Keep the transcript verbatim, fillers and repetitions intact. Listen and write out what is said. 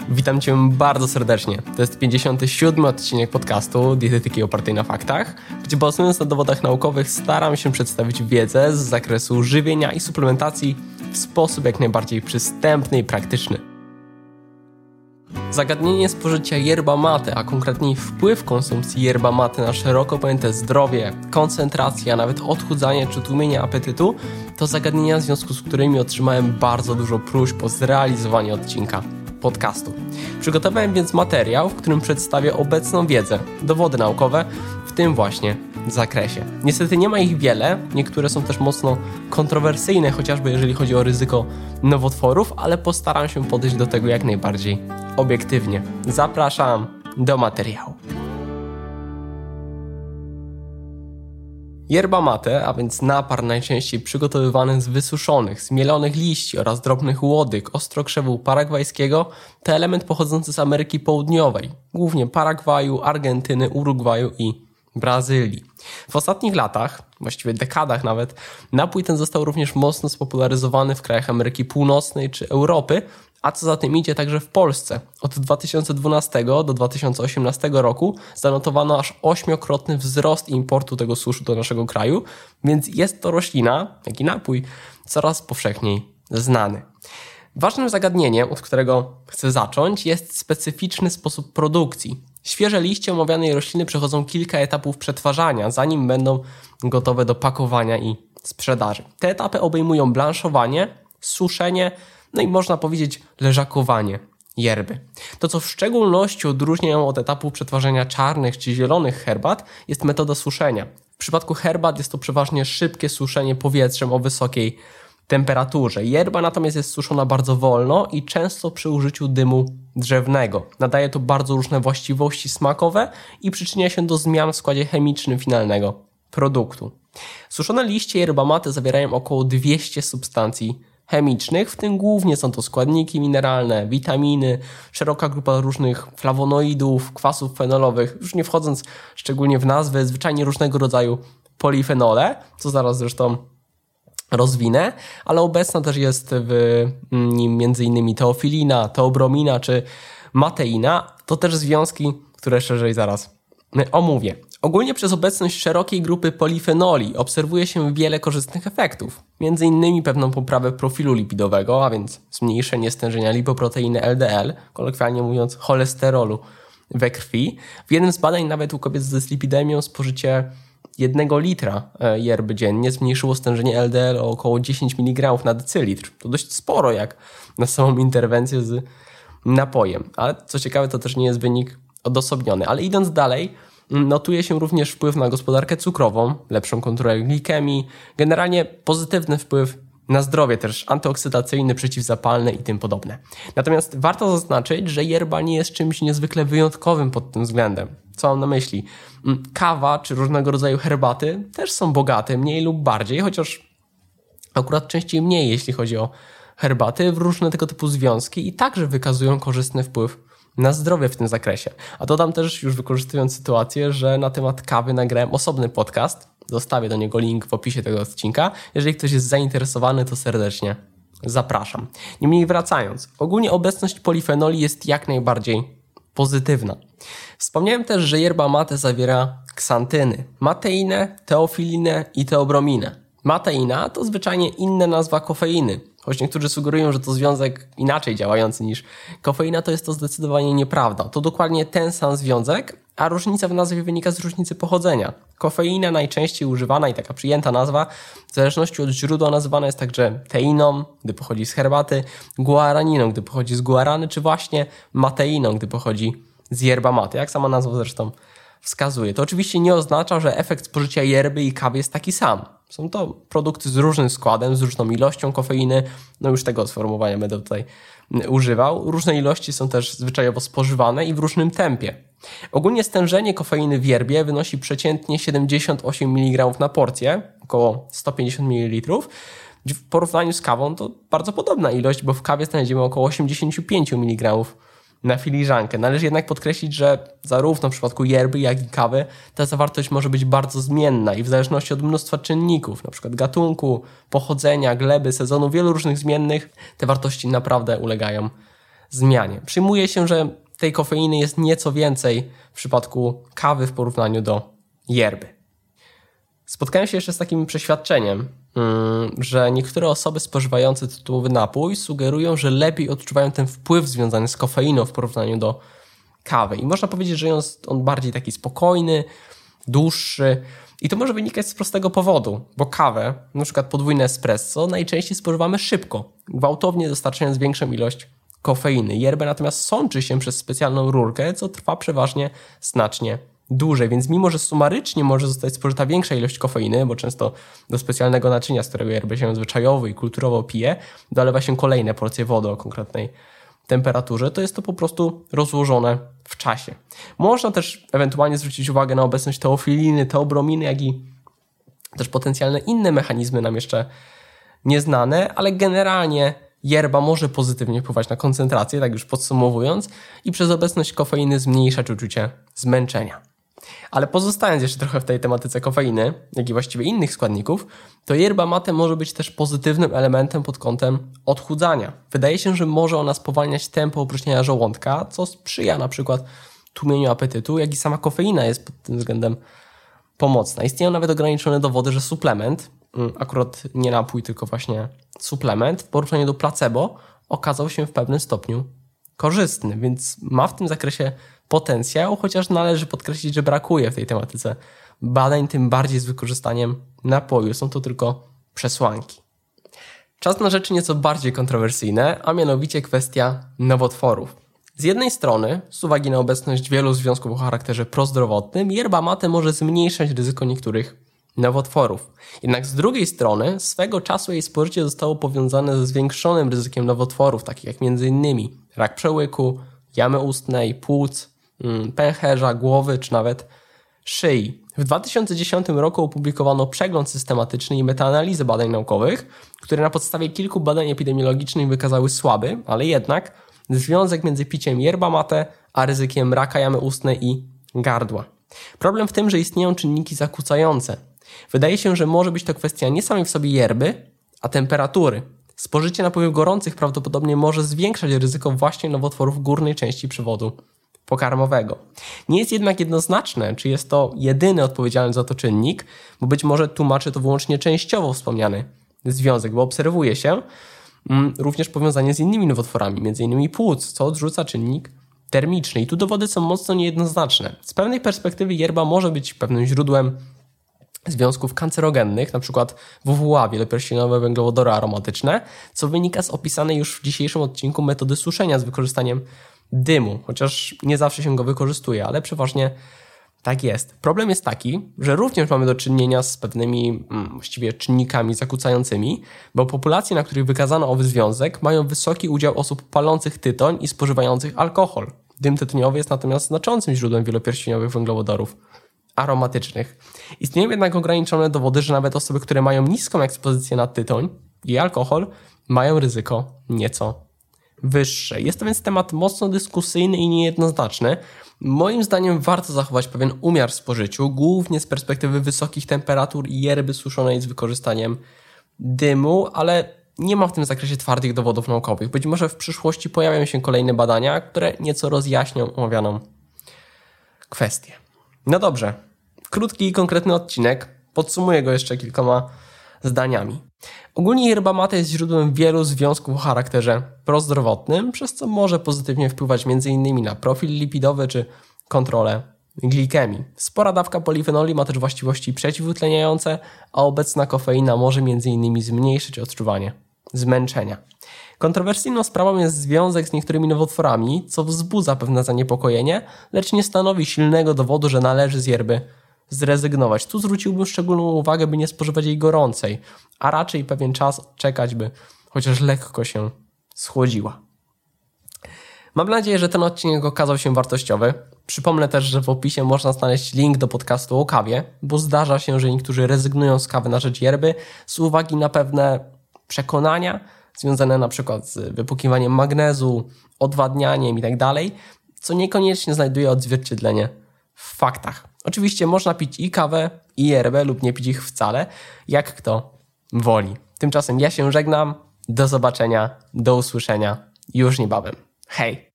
Witam Cię bardzo serdecznie. To jest pięćdziesiąty siódmy odcinek podcastu Dietetyki opartej na faktach, gdzie bazując na dowodach naukowych staram się przedstawić wiedzę z zakresu żywienia i suplementacji w sposób jak najbardziej przystępny i praktyczny. Zagadnienie spożycia yerba mate, a konkretniej wpływ konsumpcji yerba mate na szeroko pojęte zdrowie, koncentrację, a nawet odchudzanie czy tłumienie apetytu, to zagadnienia, w związku z którymi otrzymałem bardzo dużo próśb o zrealizowanie odcinka podcastu. Przygotowałem więc materiał, w którym przedstawię obecną wiedzę, dowody naukowe w tym właśnie zakresie. Niestety nie ma ich wiele, niektóre są też mocno kontrowersyjne, chociażby jeżeli chodzi o ryzyko nowotworów, ale postaram się podejść do tego jak najbardziej obiektywnie. Zapraszam do materiału. Yerba mate, a więc napar najczęściej przygotowywany z wysuszonych, zmielonych liści oraz drobnych łodyg ostrokrzewu paragwajskiego, to element pochodzący z Ameryki Południowej, głównie Paragwaju, Argentyny, Urugwaju i Brazylii. W ostatnich latach, właściwie dekadach nawet, napój ten został również mocno spopularyzowany w krajach Ameryki Północnej czy Europy, a co za tym idzie także w Polsce. Od dwa tysiące dwunastego do dwa tysiące osiemnastego roku zanotowano aż ośmiokrotny wzrost importu tego suszu do naszego kraju, więc jest to roślina, jak i napój, coraz powszechniej znany. Ważnym zagadnieniem, od którego chcę zacząć, jest specyficzny sposób produkcji. Świeże liście omawianej rośliny przechodzą kilka etapów przetwarzania, zanim będą gotowe do pakowania i sprzedaży. Te etapy obejmują blanszowanie, suszenie, no i można powiedzieć leżakowanie yerby. To, co w szczególności odróżnia ją od etapu przetwarzania czarnych czy zielonych herbat, jest metoda suszenia. W przypadku herbat jest to przeważnie szybkie suszenie powietrzem o wysokiej temperaturze. Yerba natomiast jest suszona bardzo wolno i często przy użyciu dymu drzewnego. Nadaje to bardzo różne właściwości smakowe i przyczynia się do zmian w składzie chemicznym finalnego produktu. Suszone liście yerba mate zawierają około dwieście substancji chemicznych, w tym głównie są to składniki mineralne, witaminy, szeroka grupa różnych flawonoidów, kwasów fenolowych, już nie wchodząc szczególnie w nazwy, zwyczajnie różnego rodzaju polifenole, co zaraz zresztą rozwinę, ale obecna też jest w nim m.in. teofilina, teobromina czy mateina. To też związki, które szerzej zaraz omówię. Ogólnie przez obecność szerokiej grupy polifenoli obserwuje się wiele korzystnych efektów. Między innymi pewną poprawę profilu lipidowego, a więc zmniejszenie stężenia lipoproteiny L D L, kolokwialnie mówiąc cholesterolu we krwi. W jednym z badań nawet u kobiet z dyslipidemią spożycie jednego litra yerby dziennie zmniejszyło stężenie L D L o około dziesięć miligramów na decylitr. To dość sporo jak na samą interwencję z napojem. Ale co ciekawe, to też nie jest wynik odosobniony. Ale idąc dalej, notuje się również wpływ na gospodarkę cukrową, lepszą kontrolę glikemii, generalnie pozytywny wpływ na zdrowie, też antyoksydacyjny, przeciwzapalny i tym podobne. Natomiast warto zaznaczyć, że yerba nie jest czymś niezwykle wyjątkowym pod tym względem. Co mam na myśli? Kawa czy różnego rodzaju herbaty też są bogate, mniej lub bardziej, chociaż akurat częściej mniej, jeśli chodzi o herbaty, w różne tego typu związki i także wykazują korzystny wpływ na zdrowie w tym zakresie. A dodam też, już wykorzystując sytuację, że na temat kawy nagrałem osobny podcast. Zostawię do niego link w opisie tego odcinka. Jeżeli ktoś jest zainteresowany, to serdecznie zapraszam. Niemniej wracając, ogólnie obecność polifenoli jest jak najbardziej pozytywna. Wspomniałem też, że yerba mate zawiera ksantyny, mateinę, teofilinę i teobrominę. Mateina to zwyczajnie inna nazwa kofeiny. Choć niektórzy sugerują, że to związek inaczej działający niż kofeina, to jest to zdecydowanie nieprawda. To dokładnie ten sam związek, a różnica w nazwie wynika z różnicy pochodzenia. Kofeina najczęściej używana i taka przyjęta nazwa, w zależności od źródła nazywana jest także teiną, gdy pochodzi z herbaty, guaraniną, gdy pochodzi z guarany, czy właśnie mateiną, gdy pochodzi z yerba mate, jak sama nazwa zresztą wskazuje. To oczywiście nie oznacza, że efekt spożycia yerby i kawy jest taki sam. Są to produkty z różnym składem, z różną ilością kofeiny, no już tego sformułowania będę tutaj używał. Różne ilości są też zwyczajowo spożywane i w różnym tempie. Ogólnie stężenie kofeiny w yerbie wynosi przeciętnie siedemdziesiąt osiem miligramów na porcję, około sto pięćdziesiąt mililitrów. W porównaniu z kawą to bardzo podobna ilość, bo w kawie znajdziemy około osiemdziesiąt pięć miligramów na filiżankę. Należy jednak podkreślić, że zarówno w przypadku yerby, jak i kawy ta zawartość może być bardzo zmienna i w zależności od mnóstwa czynników, np. gatunku, pochodzenia, gleby, sezonu, wielu różnych zmiennych, te wartości naprawdę ulegają zmianie. Przyjmuje się, że tej kofeiny jest nieco więcej w przypadku kawy w porównaniu do yerby. Spotkałem się jeszcze z takim przeświadczeniem, że niektóre osoby spożywające tytułowy napój sugerują, że lepiej odczuwają ten wpływ związany z kofeiną w porównaniu do kawy. I można powiedzieć, że jest on bardziej taki spokojny, dłuższy. I to może wynikać z prostego powodu, bo kawę, na przykład podwójne espresso, najczęściej spożywamy szybko, gwałtownie dostarczając większą ilość kofeiny. Yerbę natomiast sączy się przez specjalną rurkę, co trwa przeważnie znacznie dłużej, więc mimo, że sumarycznie może zostać spożyta większa ilość kofeiny, bo często do specjalnego naczynia, z którego yerbę się zwyczajowo i kulturowo pije, dolewa się kolejne porcje wody o konkretnej temperaturze, to jest to po prostu rozłożone w czasie. Można też ewentualnie zwrócić uwagę na obecność teofiliny, teobrominy, jak i też potencjalne inne mechanizmy nam jeszcze nieznane, ale generalnie yerba może pozytywnie wpływać na koncentrację, tak już podsumowując, i przez obecność kofeiny zmniejszać uczucie zmęczenia. Ale pozostając jeszcze trochę w tej tematyce kofeiny, jak i właściwie innych składników, to yerba mate może być też pozytywnym elementem pod kątem odchudzania. Wydaje się, że może ona spowalniać tempo opróżniania żołądka, co sprzyja na przykład tłumieniu apetytu, jak i sama kofeina jest pod tym względem pomocna. Istnieją nawet ograniczone dowody, że suplement, akurat nie napój, tylko właśnie suplement, w porównaniu do placebo okazał się w pewnym stopniu korzystny, więc ma w tym zakresie potencjał, chociaż należy podkreślić, że brakuje w tej tematyce badań, tym bardziej z wykorzystaniem napoju. Są to tylko przesłanki. Czas na rzeczy nieco bardziej kontrowersyjne, a mianowicie kwestia nowotworów. Z jednej strony, z uwagi na obecność wielu związków o charakterze prozdrowotnym, yerba mate może zmniejszać ryzyko niektórych nowotworów. Jednak z drugiej strony, swego czasu jej spożycie zostało powiązane ze zwiększonym ryzykiem nowotworów, takich jak m.in. rak przełyku, jamy ustnej, płuc, pęcherza, głowy czy nawet szyi. W dwa tysiące dziesiątym roku opublikowano przegląd systematyczny i metaanalizę badań naukowych, które na podstawie kilku badań epidemiologicznych wykazały słaby, ale jednak związek między piciem yerba mate a ryzykiem raka jamy ustnej i gardła. Problem w tym, że istnieją czynniki zakłócające. Wydaje się, że może być to kwestia nie samej w sobie yerby, a temperatury. Spożycie napojów gorących prawdopodobnie może zwiększać ryzyko właśnie nowotworów górnej części przewodu pokarmowego. Nie jest jednak jednoznaczne, czy jest to jedyny odpowiedzialny za to czynnik, bo być może tłumaczy to wyłącznie częściowo wspomniany związek, bo obserwuje się mm, również powiązanie z innymi nowotworami, m.in. płuc, co odrzuca czynnik termiczny. I tu dowody są mocno niejednoznaczne. Z pewnej perspektywy yerba może być pewnym źródłem związków kancerogennych, np. W W A, wielopierścieniowe węglowodory aromatyczne, co wynika z opisanej już w dzisiejszym odcinku metody suszenia z wykorzystaniem dymu, chociaż nie zawsze się go wykorzystuje, ale przeważnie tak jest. Problem jest taki, że również mamy do czynienia z pewnymi mm, właściwie czynnikami zakłócającymi, bo populacje, na których wykazano owy związek, mają wysoki udział osób palących tytoń i spożywających alkohol. Dym tytoniowy jest natomiast znaczącym źródłem wielopierścieniowych węglowodorów aromatycznych. Istnieją jednak ograniczone dowody, że nawet osoby, które mają niską ekspozycję na tytoń i alkohol, mają ryzyko nieco wyższe. Jest to więc temat mocno dyskusyjny i niejednoznaczny. Moim zdaniem warto zachować pewien umiar w spożyciu, głównie z perspektywy wysokich temperatur i yerby suszonej z wykorzystaniem dymu, ale nie ma w tym zakresie twardych dowodów naukowych. Być może w przyszłości pojawią się kolejne badania, które nieco rozjaśnią omawianą kwestię. No dobrze, krótki i konkretny odcinek. Podsumuję go jeszcze kilkoma zdaniami. Ogólnie yerba mate jest źródłem wielu związków o charakterze prozdrowotnym, przez co może pozytywnie wpływać m.in. na profil lipidowy czy kontrolę glikemii. Spora dawka polifenoli ma też właściwości przeciwutleniające, a obecna kofeina może m.in. zmniejszyć odczuwanie zmęczenia. Kontrowersyjną sprawą jest związek z niektórymi nowotworami, co wzbudza pewne zaniepokojenie, lecz nie stanowi silnego dowodu, że należy z yerby zrezygnować. Tu zwróciłbym szczególną uwagę, by nie spożywać jej gorącej, a raczej pewien czas czekać, by chociaż lekko się schłodziła. Mam nadzieję, że ten odcinek okazał się wartościowy. Przypomnę też, że w opisie można znaleźć link do podcastu o kawie, bo zdarza się, że niektórzy rezygnują z kawy na rzecz yerby z uwagi na pewne przekonania związane na przykład z wypłukiwaniem magnezu, odwadnianiem itd., co niekoniecznie znajduje odzwierciedlenie w faktach. Oczywiście można pić i kawę, i yerbę lub nie pić ich wcale, jak kto woli. Tymczasem ja się żegnam, do zobaczenia, do usłyszenia już niebawem. Hej!